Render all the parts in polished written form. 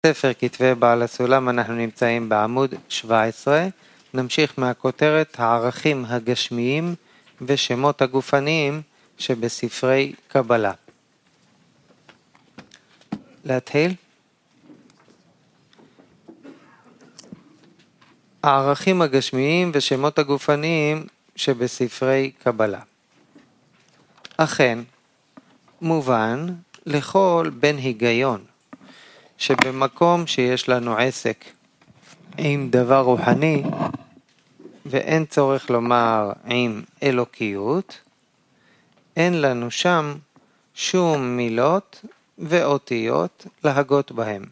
ספר כתבי בעל הסולם, אנחנו נמצאים בעמוד 17, נמשיך מהכותרת הערכים הגשמיים ושמות הגופניים שבספרי קבלה. להתחיל? הערכים הגשמיים ושמות הגופניים שבספרי קבלה. אכן, מובן לכל בן היגיון שבמקום שיש לנו עסק עם דבר רוחני ואין צורך לומר עם אלוקיות, אין לנו שם שום מילות ואותיות להגות בהם.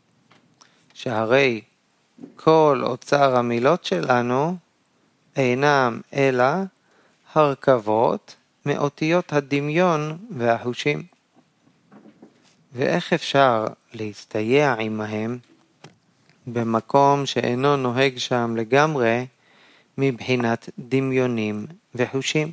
שהרי כל אוצר המילות שלנו אינם אלא הרכבות מאותיות הדמיון והחושים. ואיך אפשר להסתייע עמהם במקום שאינו נוהג שם לגמרי מבחינת דמיונים וחושים?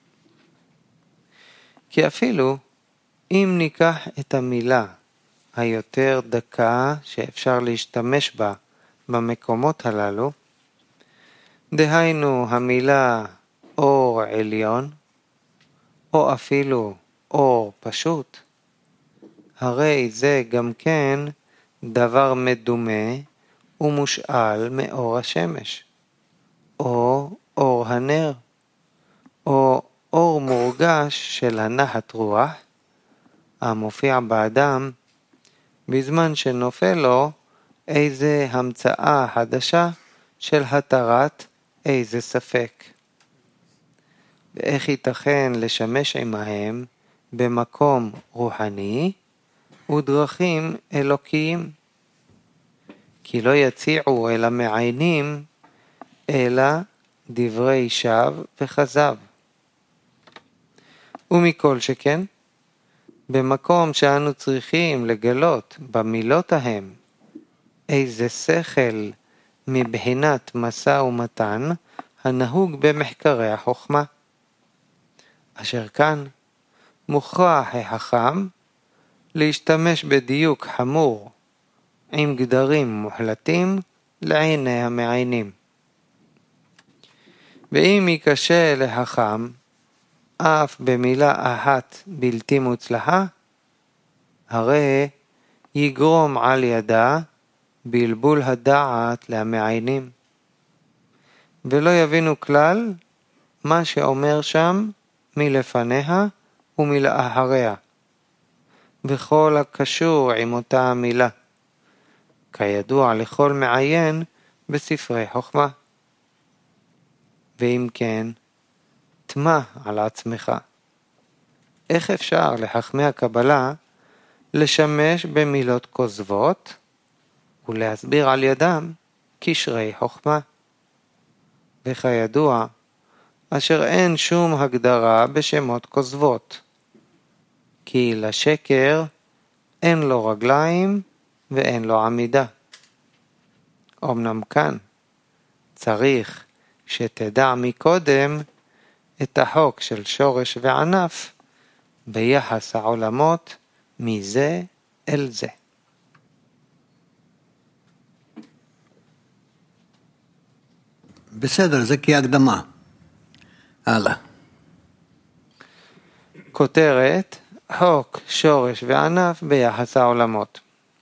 כי אפילו אם ניקח את המילה היותר דקה שאפשר להשתמש בה במקומות הללו, דהיינו המילה אור עליון, או אפילו אור פשוט, הרי זה גם כן דבר מדומה ומושאל מאור השמש, או אור הנר, או אור מורגש של הנחת רוח, המופיע באדם בזמן שנופל לו איזה המצאה חדשה של התרת איזה ספק. ואיך ייתכן לשמש עמהם במקום רוחני ודרכים אלוקיים? כי לא יציעו אל המעיינים אלא דברי שווא וכזב. ומכל שכן, במקום שאנו צריכים לגלות במילות ההם איזה שכל מבחינת משא ומתן הנהוג במחקרי החוכמה, אשר כאן מוכרח החכם להשתמש בדיוק חמור עם גדרים מוחלטים לעיני המעיינים. ואם יקשה לחכם אף במילה אחת בלתי מוצלחה, הרי יגרום על ידה בלבול הדעת למעיינים, ולא יבינו כלל מה שאומר שם מלפניה ומלאחריה, וכל הקשור עם אותה המילה, כידוע לכל מעיין בספרי חוכמה. ואם כן, תמה על עצמך, איך אפשר לחכמי הקבלה לשמש במילות כוזבות ולהסביר על ידם קשרי חוכמה? וכידוע, אשר אין שום הגדרה בשמות כוזבות, כי לשקר אין לו רגליים ואין לו עמידה. אמנם כאן צריך שתדע מקודם את החוק של שורש וענף ביחס העולמות מזה אל זה. בסדר, זה כהקדמה. הלאה. כותרת, חוק, שורש וענף ביחס העולמות.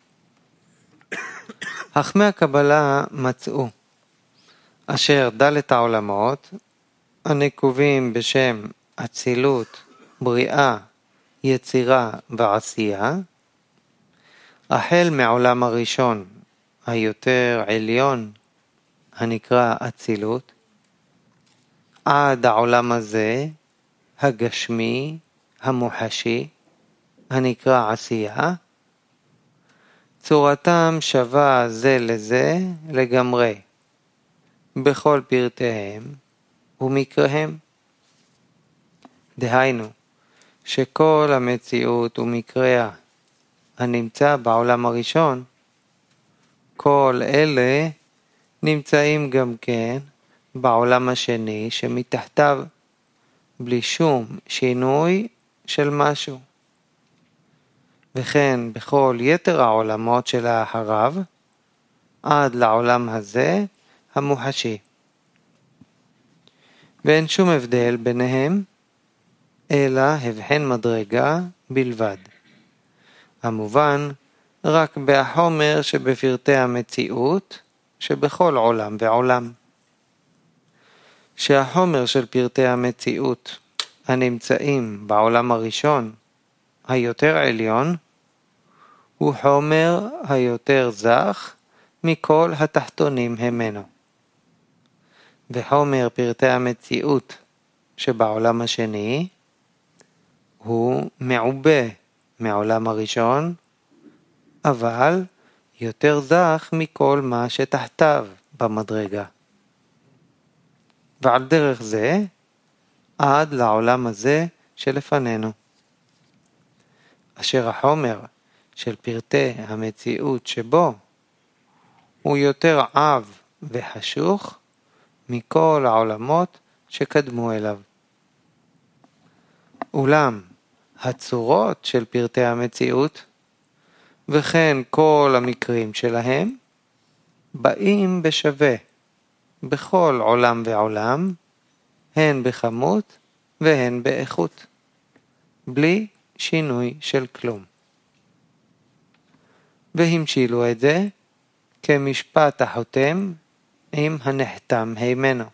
חכמי הקבלה מצאו אשר דלת העולמות הנקובים בשם אצילות, בריאה, יצירה ועשייה, החל מעולם הראשון היותר עליון הנקרא אצילות, עד העולם הזה הגשמי המוחשי הנקרא עשייה, צורתם שווה זה לזה לגמרי בכל פרטיהם ומקריהם. דהיינו שכל המציאות ומקריה הנמצא בעולם הראשון, כל אלה נמצאים גם כן בעולם השני שמתחתיו, בלי שום שינוי של משהו. וכן בכל יתר העולמות של האחריו, עד לעולם הזה המוחשי. ואין שום הבדל ביניהם, אלא הבחן מדרגה בלבד. המובן רק בחומר שבפרטי המציאות שבכל עולם ועולם. שהחומר של פרטי המציאות הנמצאים בעולם הראשון, היותר עליון, הוא חומר היותר זך מכל התחתונים ממנו. וחומר פרטי המציאות שבעולם השני הוא מעובה מעולם הראשון, אבל יותר זך מכל מה שתחתיו במדרגה. ועל דרך זה עד לעולם הזה שלפנינו. אשר החומר של פרטי המציאות שבו הוא יותר עב וחשוך מכל העולמות שקדמו אליו. אולם הצורות של פרטי המציאות וכן כל המקרים שלהם באים בשווה בכל עולם ועולם, הן בכמות והן באיכות, בלי שינוי של כלום. והמשילו את זה כמשפט החותם עם הנחתם הימנו,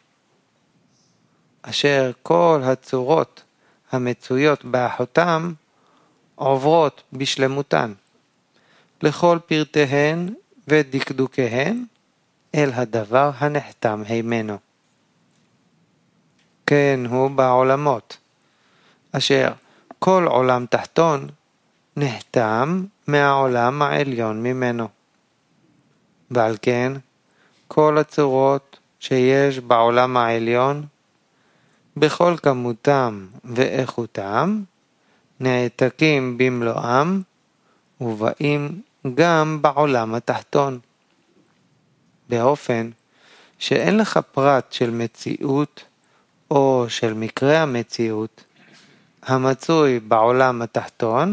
אשר כל הצורות המצויות בחותם עוברות בשלמותן, לכל פרטיהן ודקדוקיהן אל הדבר הנחתם הימנו. כן הוא בעולמות, אשר כל עולם תחתון נחתם מהעולם העליון ממנו. ועל כן כל הצורות שיש בעולם העליון, בכל כמותם ואיכותם, נעתקים במלואם ובאים גם בעולם התחתון. באופן שאין לך פרט של מציאות או של מקרה המציאות המצוי בעולם התחתון,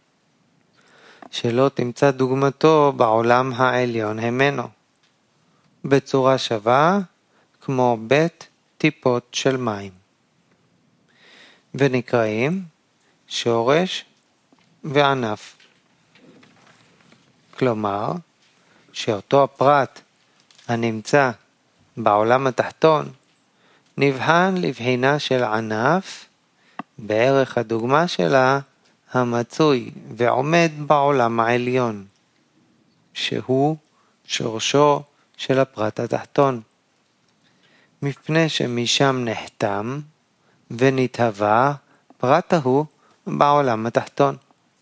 שלא תמצא דוגמתו בעולם העליון ממנו, בצורה שווה כמו בית טיפות של מים. ונקראים שורש וענף. כלומר, שאותו הפרט הנמצא בעולם התחתון נבחן לבחינה של ענף בערך הדוגמה שלה המצוי ועומד בעולם העליון, שהוא שורשו של הפרט התחתון, מפני שמשם נחתם ונתהווה פרט ההוא בעולם התחתון.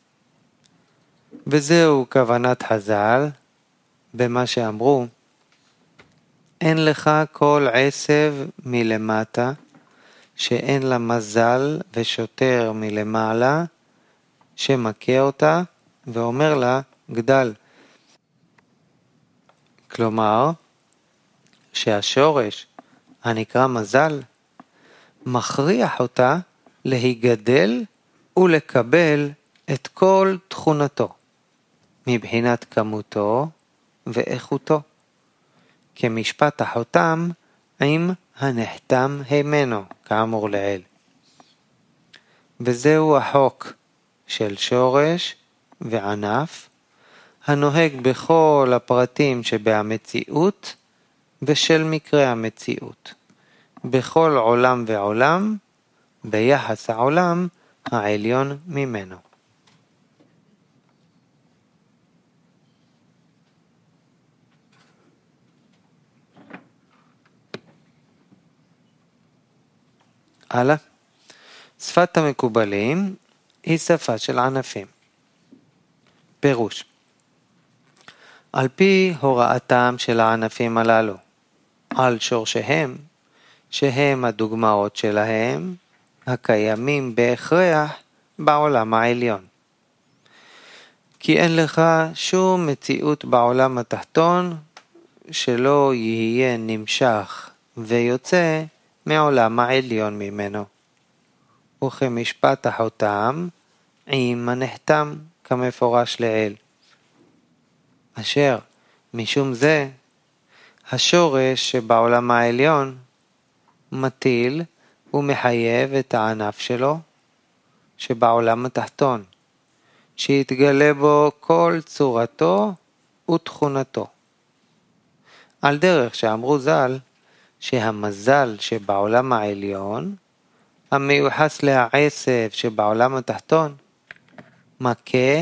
וזהו כוונת חז"ל במה שאמרו, אין לך כל עשב מלמטה שאין לה מזל ושוטר מלמעלה שמכה אותה ואומר לה גדל. כלומר שהשורש הנקרא מזל מכריח אותה להיגדל ולקבל את כל תכונתו מבחינת כמותו ואיכותו, כמשפט החותם עם הנחתם הימנו, כאמור לעיל. וזהו החוק של שורש וענף, הנוהג בכל הפרטים שבמציאות ושל מקרה המציאות, בכל עולם ועולם, ביחס העולם העליון ממנו. הלאה. שפת המקובלים היא שפה של ענפים. פירוש. על פי הוראתם של הענפים הללו, על שורשיהם, שהם הדוגמאות שלהם, הקיימים בהכרח בעולם העליון. כי אין לך שום מציאות בעולם התחתון שלא יהיה נמשך ויוצא מעולם העליון ממנו. וכמשפט החותם עם הנחתם, כמפורש לעיל. אשר משום זה, השורש שבעולם העליון מטיל ומחייב את הענף שלו שבעולם התחתון, שיתגלה בו כל צורתו ותכונתו. על דרך שאמרו ז"ל, שהמזל שבעולם העליון, המיוחס לעשב שבעולם התחתון, מכה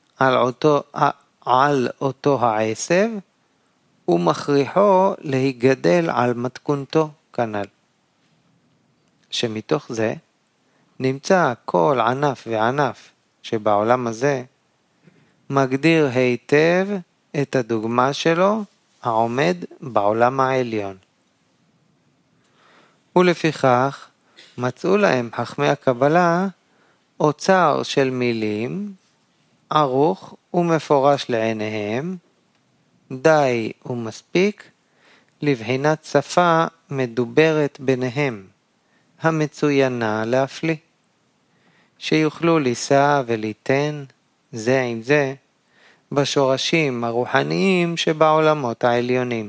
על אותו העשב, ומכריחו להיגדל על מתכונתו כנ"ל. שמתוך זה נמצא כל ענף וענף שבעולם הזה, מגדיר היטב את הדוגמה שלו העומד בעולם העליון. ולפיכך מצאו להם חכמי הקבלה אוצר של מילים, ערוך ומפורש לעיניהם, די ומספיק לבחינת שפה מדוברת ביניהם, המצוינה להפליא, שיוכלו לישא וליתן זה עם זה בשורשים הרוחניים שבעולמות העליונים.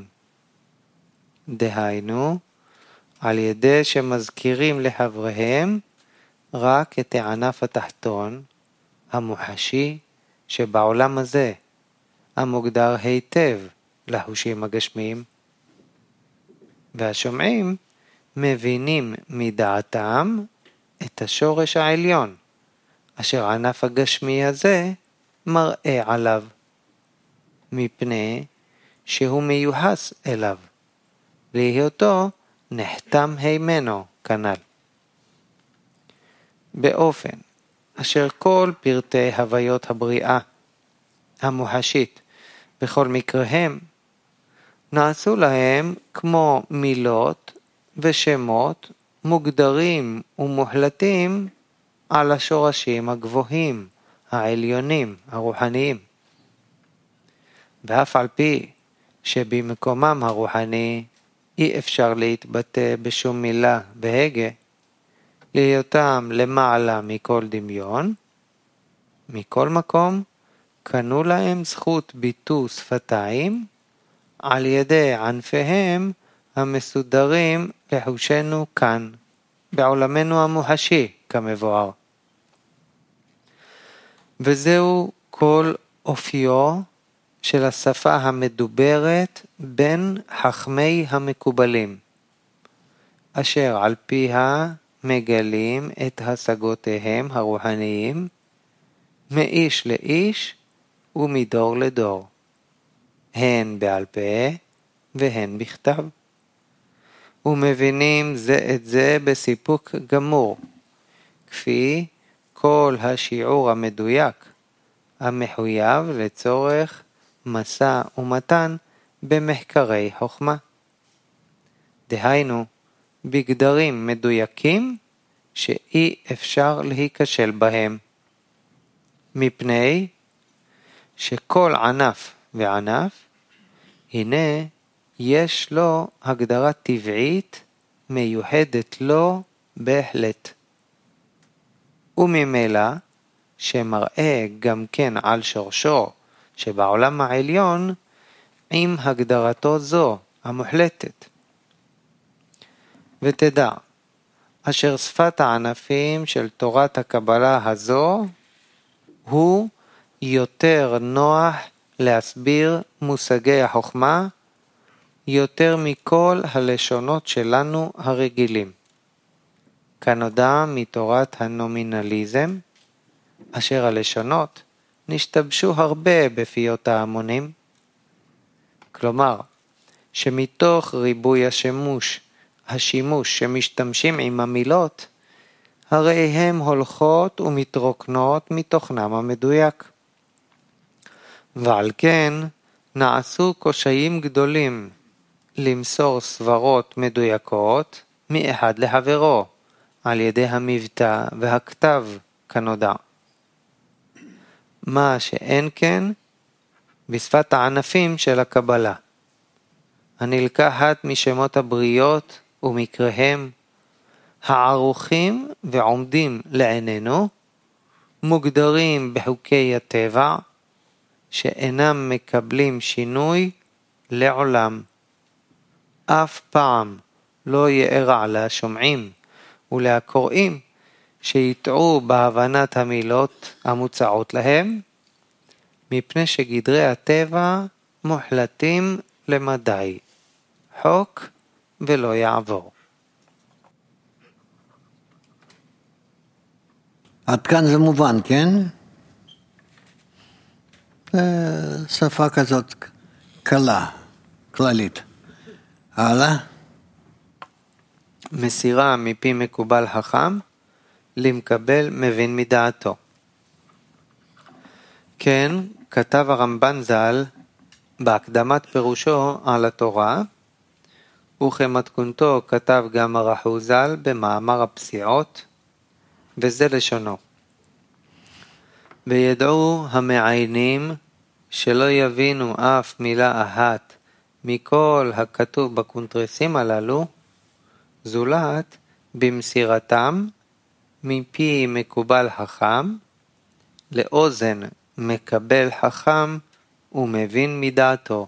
דהיינו, על ידי שמזכירים לחבריהם רק את הענף התחתון, המוחשי שבעולם הזה, המוגדר היטב לחושים הגשמיים. והשומעים מבינים מדעתם את השורש העליון, אשר הענף הגשמי הזה מראה עליו, מפני שהוא מיוחס אליו, להיותו נחתם הימנו כנ"ל. באופן אשר כל פרטי הוויות הבריאה המוחשית בכל מקראהם נעשו להם כמו מילות ושמות מוגדרים ומוחלטים על השורשים הגבוהים, העליונים, הרוחניים. ואף על פי שבמקומם הרוחני אי אפשר להתבטא בשום מילה והגה, להיותם למעלה מכל דמיון, מכל מקום קנו להם זכות ביטוי שפתיים על ידי ענפיהם המסודרים לחושנו כאן, בעולמנו המוחשי כמבואר. וזהו כל אופיו של השפה המדוברת בין חכמי המקובלים, אשר על פיה מגלים את השגותיהם הרוחניים מאיש לאיש ומדור לדור, הן בעל פה והן בכתב, ומבינים זה את זה בסיפוק גמור, כפי כל השיעור המדויק המחויב לצורך מסע ומתן במחקרי חוכמה. דהיינו, בגדרים מדויקים שאי אפשר להיכשל בהם, מפני שכל ענף וענף, הנה יש לו הגדרה טבעית מיוחדת לו בהחלט. וממילא שמראה גם כן על שורשו שבעולם העליון עם הגדרתו זו המוחלטת. ותדע, אשר שפת הענפים של תורת הקבלה הזו הוא יותר נוח להסביר מושגי החוכמה יותר מכל הלשונות שלנו הרגילים. כנודע מתורת הנומינליזם, אשר הלשונות נשתבשו הרבה בפיות ההמונים. כלומר, שמתוך ריבוי השימוש שמשתמשים עם המילות, הרי הן הולכות ומתרוקנות מתוכנם המדויק. ועל כן נעשו קושיים גדולים למסור סברות מדויקות מאחד לחברו, על ידי המבטא והכתב כנודע. מה שאין כן בשפת הענפים של הקבלה, הנלקחת משמות הבריות ומקריהם, הערוכים ועומדים לעינינו, מוגדרים בחוקי הטבע שאינם מקבלים שינוי לעולם. אף פעם לא יארע לשומעים ולקוראים שיטעו בהבנת המילות המוצעות להם, מפני שגדרי הטבע מוחלטים למדי, חוק ולא יעבור. עד כאן זה מובן, כן? שפה כזאת קלה, כללית. הלאה. מסירה מפי מקובל חכם למקבל מבין מדעתו. כן, כתב הרמב"ן ז"ל בהקדמת פירושו על התורה, וכמתכונתו כתב גם הרחו ז"ל במאמר הפסיעות, וזה לשונו. וידעו המעיינים שלא יבינו אף מילה אחת מכל הכתוב בקונטרסים הללו, זולת במסירתם מפי מקובל חכם לאוזן מקבל חכם ומבין מדעתו.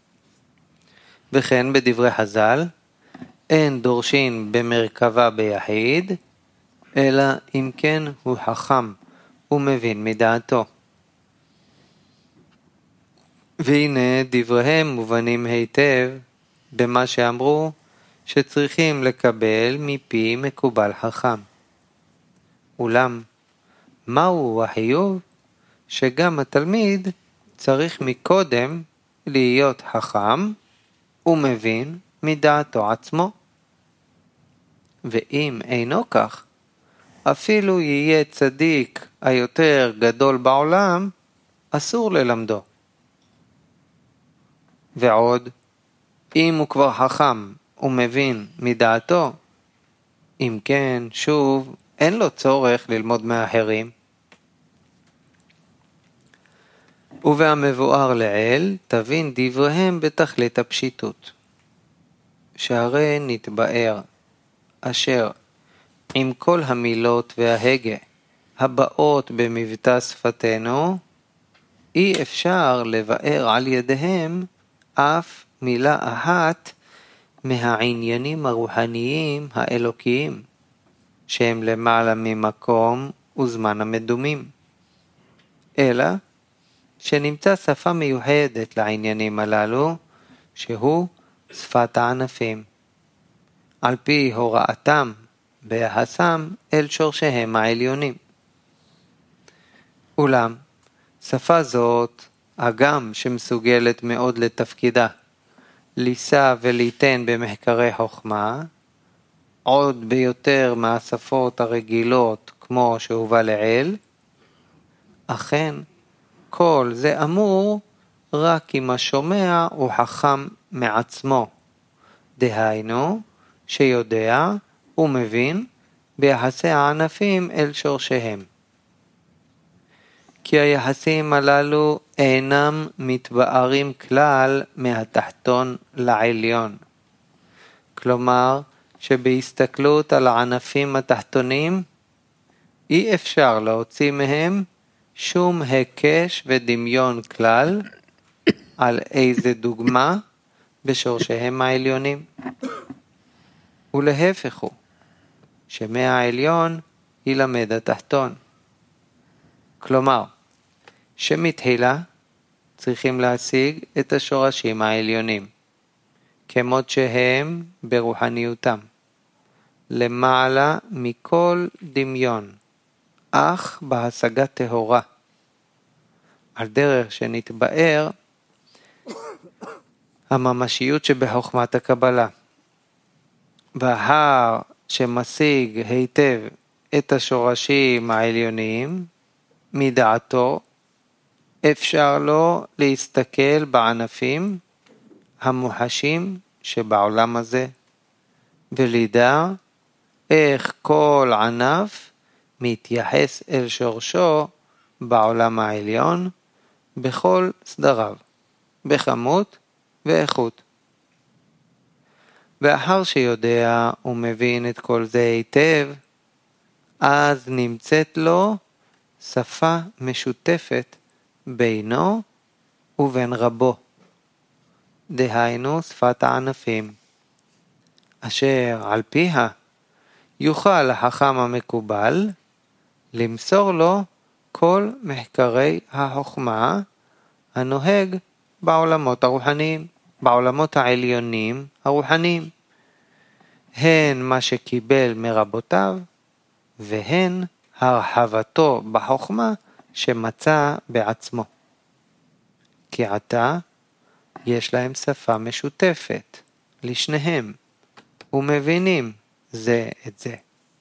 וכן בדברי חז"ל, אין דורשין במרכבה ביחיד, אלא אם כן הוא חכם ומבין מדעתו. והנה דבריהם מובנים היטב במה שאמרו שצריכים לקבל מפי מקובל חכם. אולם, מהו החיוב? שגם התלמיד צריך מקודם להיות חכם ומבין מדעתו עצמו. ואם אינו כך, אפילו יהיה צדיק היותר גדול בעולם, אסור ללמדו. ועוד, אם הוא כבר חכם ומבין מדעתו, אם כן, שוב, אין לו צורך ללמוד מאחרים. ובהמבואר לעיל, תבין דבריהם בתכלית הפשיטות. שהרי נתבאר, אשר עם כל המילות וההגה הבאות במבטא שפתנו, אי אפשר לבאר על ידיהם אף מילה אחת מהעניינים הרוחניים האלוקיים, שהם למעלה ממקום וזמן המדומים, אלא שנמצא שפה מיוחדת לעניינים הללו, שהוא שפת הענפים, על פי הוראתם ביחסם אל שורשיהם העליונים. אולם, שפה זאת, הגם שמסוגלת מאוד לתפקידה, לישא וליתן במחקרי חוכמה, עוד ביותר מהשפות הרגילות כמו שהובא לעיל, אכן, כל זה אמור רק אם השומע הוא חכם מעצמו, דהיינו שיודע ומבין ביחסי הענפים אל שורשיהם. כי היחסים הללו אינם מתבארים כלל מהתחתון לעליון. כלומר, שבהסתכלות על הענפים התחתונים, אי אפשר להוציא מהם שום הקש ודמיון כלל על איזה דוגמה בשורשיהם העליונים. ולהפך הוא, שמהעליון ילמד התחתון. כלומר, שמתחילה צריכים להשיג את השורשים העליונים, כמות שהם ברוחניותם, למעלה מכל דמיון, אך בהשגה טהורה, על דרך שנתבאר הממשיות שבחוכמת הקבלה. וההר שמשיג היטב את השורשים העליונים, מדעתו אפשר לו להסתכל בענפים המוחשים שבעולם הזה, ולידע איך כל ענף מתייחס אל שורשו בעולם העליון בכל סדריו, בכמות ואיכות. ואחר שיודע ומבין את כל זה היטב, אז נמצאת לו שפה משותפת בינו ובין רבו, דהיינו שפת הענפים, אשר על פיה יוכל החכם המקובל למסור לו כל מחקרי החוכמה הנוהג בעולמות הרוחניים, בעולמות העליונים הרוחניים, הן מה שקיבל מרבותיו והן הרחבתו בחוכמה שמצא בעצמו. כי עתה יש להם שפה משותפת לשניהם ומבינים זה את זה.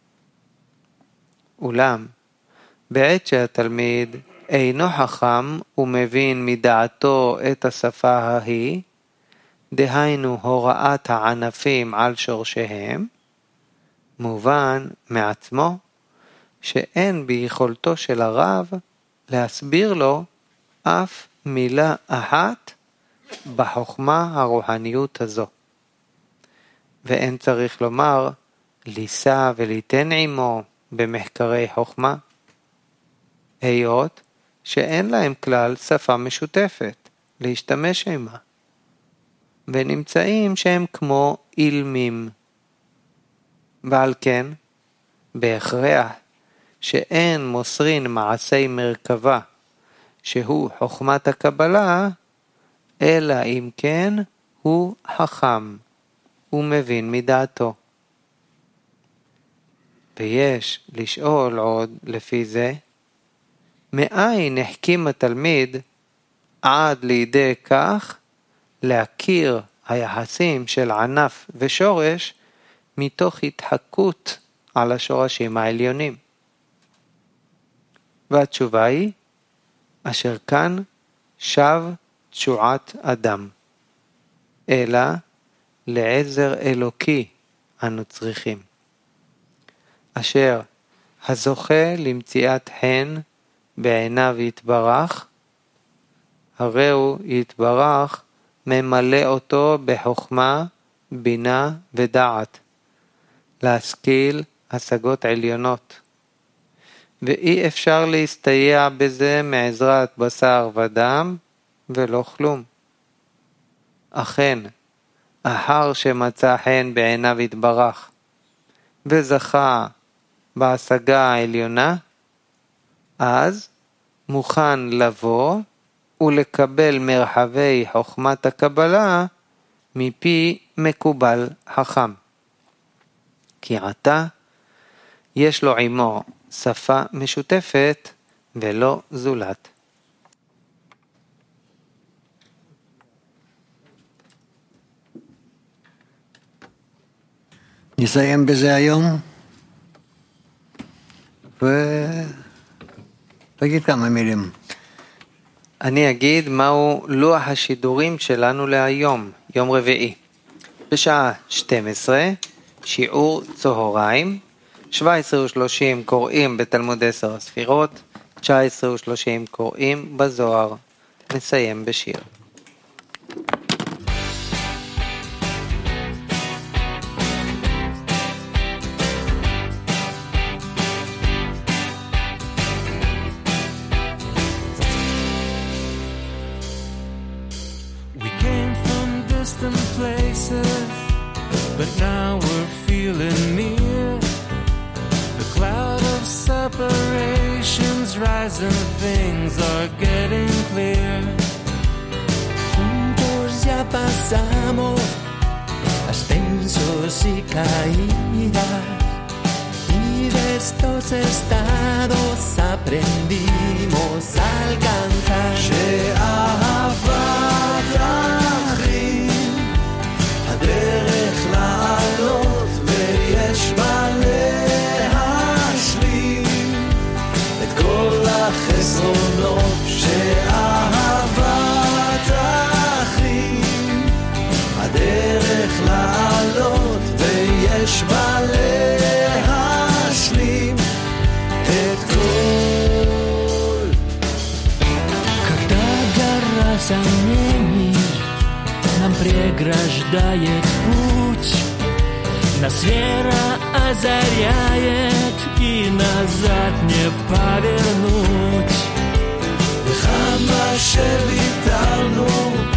אולם בעת שהתלמיד אינו חכם ומבין מדעתו את השפה ההיא, דהיינו הוראת הענפים על שורשיהם, מובן מעצמו שאין ביכולתו של הרב להסביר לו אף מילה אחת בחוכמה הרוחניות הזו. ואין צריך לומר לישא וליתן עמו במחקרי חוכמה, היות שאין להם כלל שפה משותפת להשתמש עמה, ונמצאים שהם כמו אילמים. ועל כן, בהכרח שאין מוסרין מעשי מרכבה, שהוא חוכמת הקבלה, אלא אם כן הוא חכם ומבין מדעתו. ויש לשאול עוד לפי זה, מאין החכים התלמיד עד לידי כך להכיר היחסים של ענף ושורש מתוך התחקות על השורשים העליונים? והתשובה היא, אשר כאן שב תשועת אדם, אלא לעזר אלוקי אנו צריכים, אשר הזוכה למציאת חן בעיניו יתברך, הרי הוא יתברך ממלא אותו בחוכמה, בינה ודעת, להשכיל השגות עליונות, ואי אפשר להסתייע בזה מעזרת בשר ודם ולא כלום. אכן, אחר שמצא חן בעיניו יתברך, וזכה בהשגה העליונה, אז מוכן לבוא ולקבל מרחבי חוכמת הקבלה מפי מקובל חכם. כי עתה יש לו עמו שפה משותפת ולא זולת. נסיים בזה היום, ותגיד כמה מילים. אני אגיד מהו לוח השידורים שלנו להיום, יום רביעי. בשעה 12, שיעור צהריים, 17:30 קוראים בתלמוד 10 הספירות, 19:30 קוראים בזוהר. נסיים בשיר. Places, but now we're feeling near. The cloud of separations rising, things are getting clear. Juntos ya pasamos ascensos y caídas, y de estos estados aprendimos a alcanzar. דרך לעלות ויש מה להשלים את כל החסרונות שאהבת אחים. הדרך לעלות ויש מה להשלים את כל. Когда гора сомнений нам преграждает путь, Нас вера озаряет, и назад не повернуть. וכמה שוויתרנו,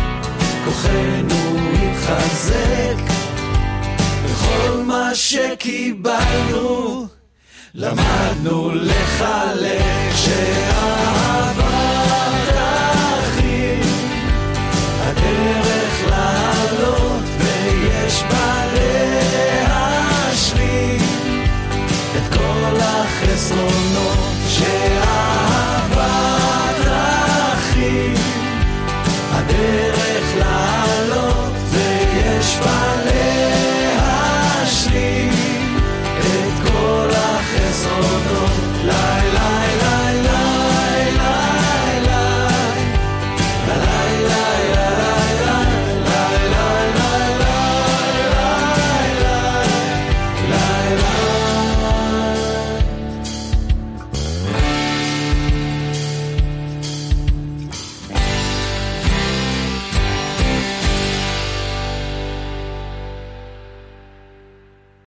כוחנו התחזק, וכל מה שקיבלנו, למדנו לחלק.